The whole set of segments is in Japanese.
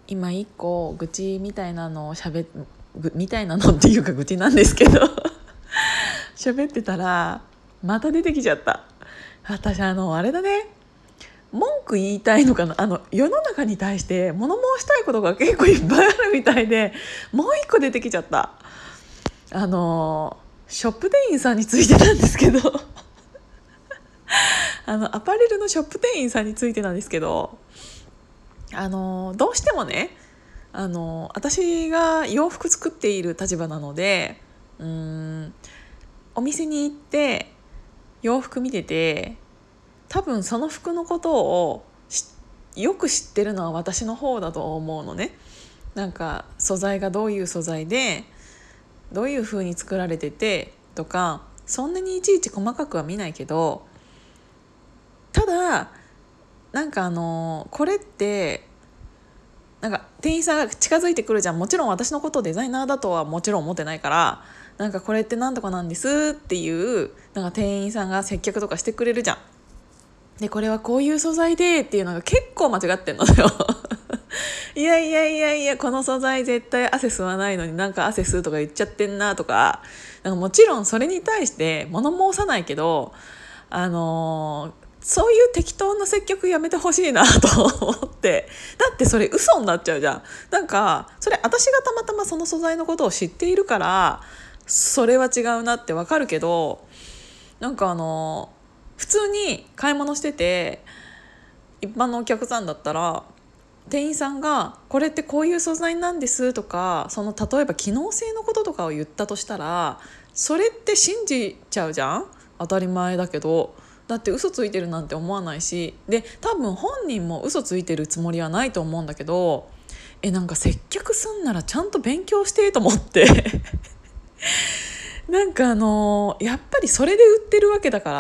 今一個愚痴みたいなのをみたいなのっていうか愚痴なんですけど喋ってたらまた出てきちゃった。私あれだね、文句言いたいのかな、世の中に対して物申したいことが結構いっぱいあるみたいで、もう一個出てきちゃった。ショップ店員さんについてなんですけどアパレルのショップ店員さんについてなんですけど、どうしてもね、私が洋服作っている立場なので、お店に行って洋服見てて、多分その服のことをよく知ってるのは私の方だと思うのね。なんか素材がどういう素材でどういう風に作られててとか、そんなにいちいち細かくは見ないけど、ただなんかこれってなんか店員さんが近づいてくるじゃん。もちろん私のことをデザイナーだとはもちろん思ってないから、なんかこれってなんとかなんですっていうなんか店員さんが接客とかしてくれるじゃん。でこれはこういう素材でっていうのが結構間違ってんのよいやいやいやいや、この素材絶対汗吸わないのになんか汗吸うとか言っちゃってんなとか、なんかもちろんそれに対して物申さないけど、そういう適当な接客やめてほしいなと思って。だってそれ嘘になっちゃうじゃん。なんかそれ私がたまたまその素材のことを知っているからそれは違うなってわかるけど、なんか普通に買い物してて一般のお客さんだったら店員さんがこれってこういう素材なんですとか、その例えば機能性のこととかを言ったとしたら、それって信じちゃうじゃん。当たり前だけど、だって嘘ついてるなんて思わないし、で多分本人も嘘ついてるつもりはないと思うんだけど、なんか接客すんならちゃんと勉強してと思ってなんかやっぱりそれで売ってるわけだから、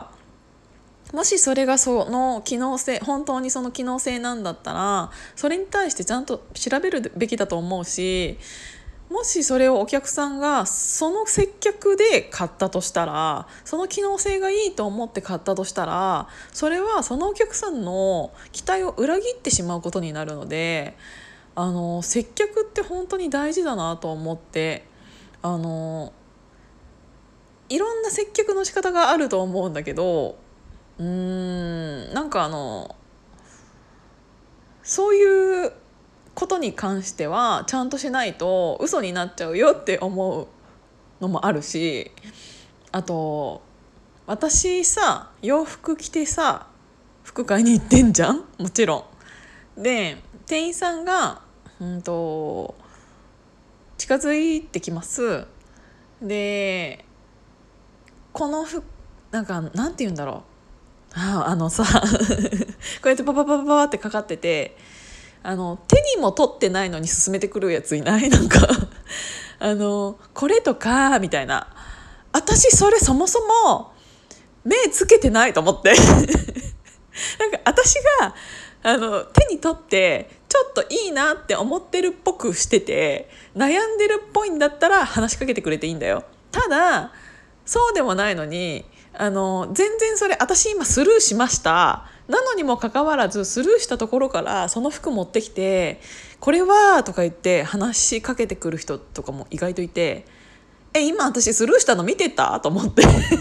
もしそれがその機能性、本当にその機能性なんだったらそれに対してちゃんと調べるべきだと思うし、もしそれをお客さんがその接客で買ったとしたら、その機能性がいいと思って買ったとしたら、それはそのお客さんの期待を裏切ってしまうことになるので、接客って本当に大事だなと思って、あのいろんな接客の仕方があると思うんだけど、なんかそういうことに関してはちゃんとしないと嘘になっちゃうよって思うのもあるし、あと私さ、洋服着てさ服買いに行ってんじゃん、もちろん。で店員さんが近づいてきます。でこの服、なんて言うんだろう、さこうやってパパパパパってかかってて、手にも取ってないのに進めてくるやついない？なんかこれとかみたいな。私それそもそも目つけてないと思ってなんか私が手に取ってちょっといいなって思ってるっぽくしてて悩んでるっぽいんだったら話しかけてくれていいんだよ。ただそうでもないのに全然それ私今スルーしましたなのにもかかわらずスルーしたところからその服持ってきてこれはとか言って話しかけてくる人とかも意外といて、今私スルーしたの見てたと思って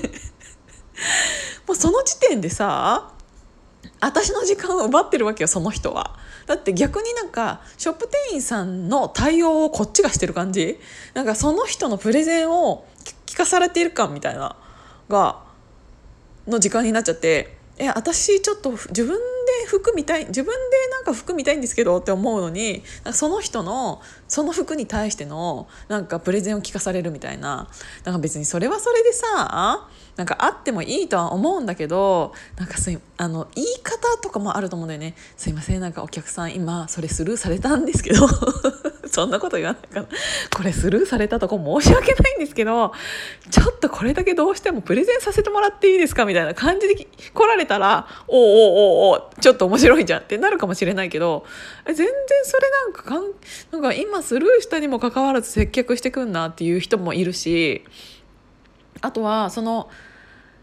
もうその時点でさ私の時間を奪ってるわけよ、その人は。だって逆になんかショップ店員さんの対応をこっちがしてる感じ、なんかその人のプレゼンを聞かされている感みたいなの時間になっちゃって、私ちょっと自分でなんか服見たいんですけどって思うのに、その人のその服に対してのなんかプレゼンを聞かされるみたいな。なんか別にそれはそれでさ、なんかあってもいいとは思うんだけど、なんか言い方とかもあると思うんだよね。すいません、なんかお客さん今それスルーされたんですけどそんなこと言わないから、これスルーされたとこ申し訳ないんですけどちょっとこれだけどうしてもプレゼンさせてもらっていいですかみたいな感じで来られたら、おちょっと面白いじゃんってなるかもしれないけど、全然それなんか今スルーしたにもかかわらず接客してくんなっていう人もいるし、あとは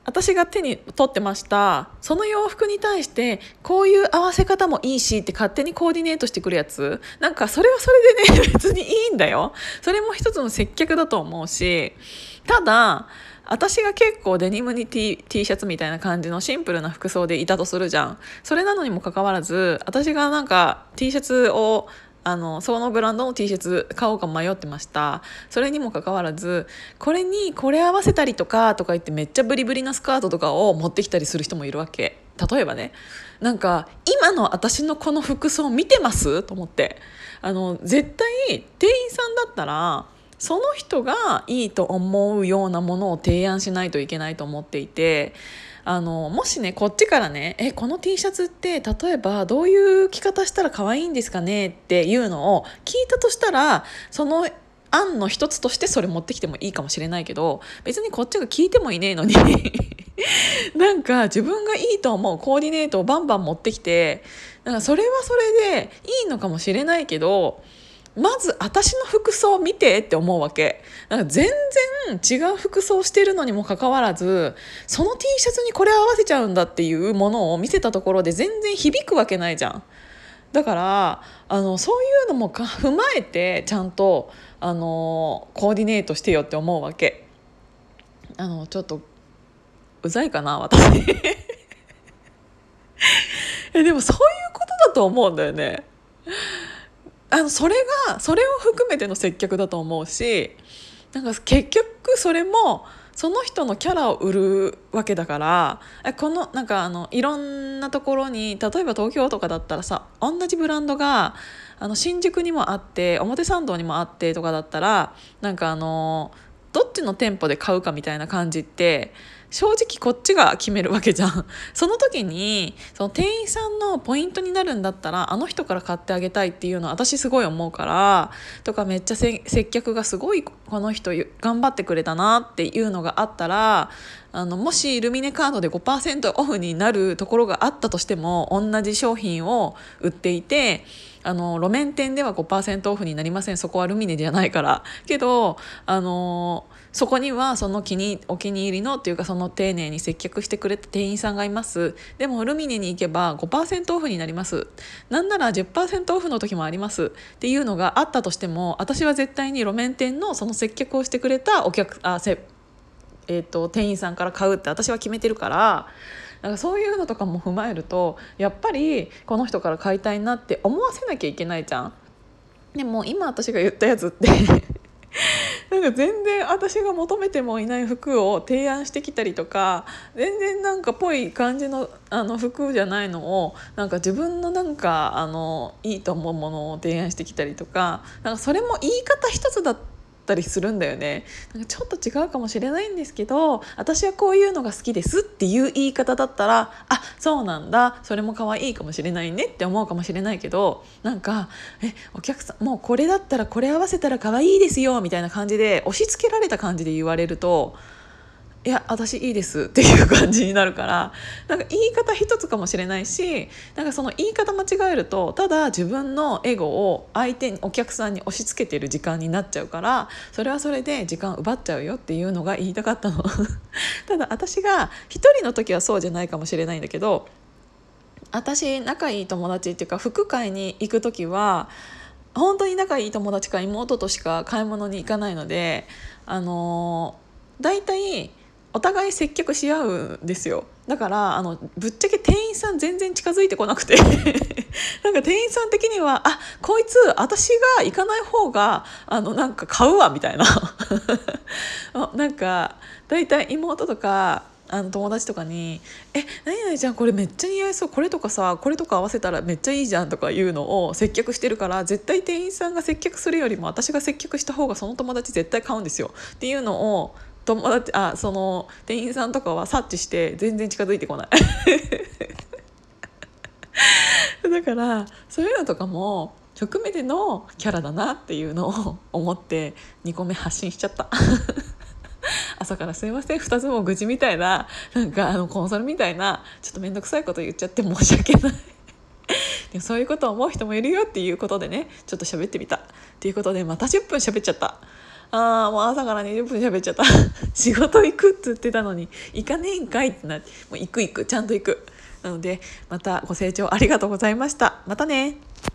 私が手に取ってましたその洋服に対してこういう合わせ方もいいしって勝手にコーディネートしてくるやつ、なんかそれはそれでね別にいいんだよ。それも一つの接客だと思うし、ただ私が結構デニムに T シャツみたいな感じのシンプルな服装でいたとするじゃん。それなのにもかかわらず私がなんか T シャツをそのブランドの T シャツ買おうか迷ってました。それにもかかわらずこれにこれ合わせたりとか言ってめっちゃブリブリなスカートとかを持ってきたりする人もいるわけ。例えばね、なんか今の私のこの服装見てますと思って、絶対店員さんだったらその人がいいと思うようなものを提案しないといけないと思っていて、もしねこっちからねこの T シャツって例えばどういう着方したら可愛いんですかねっていうのを聞いたとしたら、その案の一つとしてそれ持ってきてもいいかもしれないけど、別にこっちが聞いてもいねえのになんか自分がいいと思うコーディネートをバンバン持ってきて、なんかそれはそれでいいのかもしれないけど、まず私の服装見てって思うわけ。なんか全然違う服装してるのにもかかわらずその T シャツにこれ合わせちゃうんだっていうものを見せたところで全然響くわけないじゃん。だからそういうのも踏まえてちゃんとコーディネートしてよって思うわけ。ちょっとうざいかな私でもそういうことだと思うんだよね。それを含めての接客だと思うし、なんか結局それもその人のキャラを売るわけだから、このなんかいろんなところに、例えば東京とかだったらさ、同じブランドが新宿にもあって表参道にもあってとかだったら、なんかどっちの店舗で買うかみたいな感じって正直こっちが決めるわけじゃん。その時にその店員さんのポイントになるんだったらあの人から買ってあげたいっていうのは私すごい思うから、とかめっちゃ接客がすごいこの人頑張ってくれたなっていうのがあったら、もしルミネカードで 5% オフになるところがあったとしても同じ商品を売っていて、路面店では 5% オフになりません、そこはルミネじゃないからけどそこにはそのお気に入りのっていうか、その丁寧に接客してくれた店員さんがいます。でもルミネに行けば 5% オフになります、なんなら 10% オフの時もありますっていうのがあったとしても、私は絶対に路面店のその接客をしてくれた店員さんから買うって私は決めてるから、なんかそういうのとかも踏まえるとやっぱりこの人から買いたいなって思わせなきゃいけないじゃん。でも今私が言ったやつってなんか全然私が求めてもいない服を提案してきたりとか、全然なんかぽい感じの服じゃないのをなんか自分のなんかいいと思うものを提案してきたりとか、なんかそれも言い方一つだったりするんだよね。なんかちょっと違うかもしれないんですけど、私はこういうのが好きですっていう言い方だったら、あ、そうなんだ、それも可愛いかもしれないねって思うかもしれないけど、なんかお客さんもうこれだったらこれ合わせたら可愛いですよみたいな感じで押し付けられた感じで言われると、いや私いいですっていう感じになるから、なんか言い方一つかもしれないし、なんかその言い方間違えるとただ自分のエゴをお客さんに押し付けてる時間になっちゃうから、それはそれで時間奪っちゃうよっていうのが言いたかったのただ私が一人の時はそうじゃないかもしれないんだけど、私仲いい友達っていうか服買いに行く時は本当に仲いい友達か妹としか買い物に行かないので、だいたいお互い接客し合うんですよ。だからぶっちゃけ店員さん全然近づいてこなくてなんか店員さん的にはこいつ私が行かない方がなんか買うわみたいななんかだいたい妹とか友達とかに何々ちゃんこれめっちゃ似合いそう、これとかさこれとか合わせたらめっちゃいいじゃんとかいうのを接客してるから、絶対店員さんが接客するよりも私が接客した方がその友達絶対買うんですよっていうのをその店員さんとかは察知して全然近づいてこないだからそういうのとかも含めてのキャラだなっていうのを思って2個目発信しちゃった朝からすいません、2つも愚痴みたいな、なんかコンソルみたいなちょっと面倒くさいこと言っちゃって申し訳ないでもそういうことを思う人もいるよっていうことでね、ちょっと喋ってみたっていうことでまた10分喋っちゃった。 もう朝から20分喋っちゃった仕事行くって言ってたのに行かねえんかいってなって、もう行くちゃんと行く。なのでまたご清聴ありがとうございました。またね。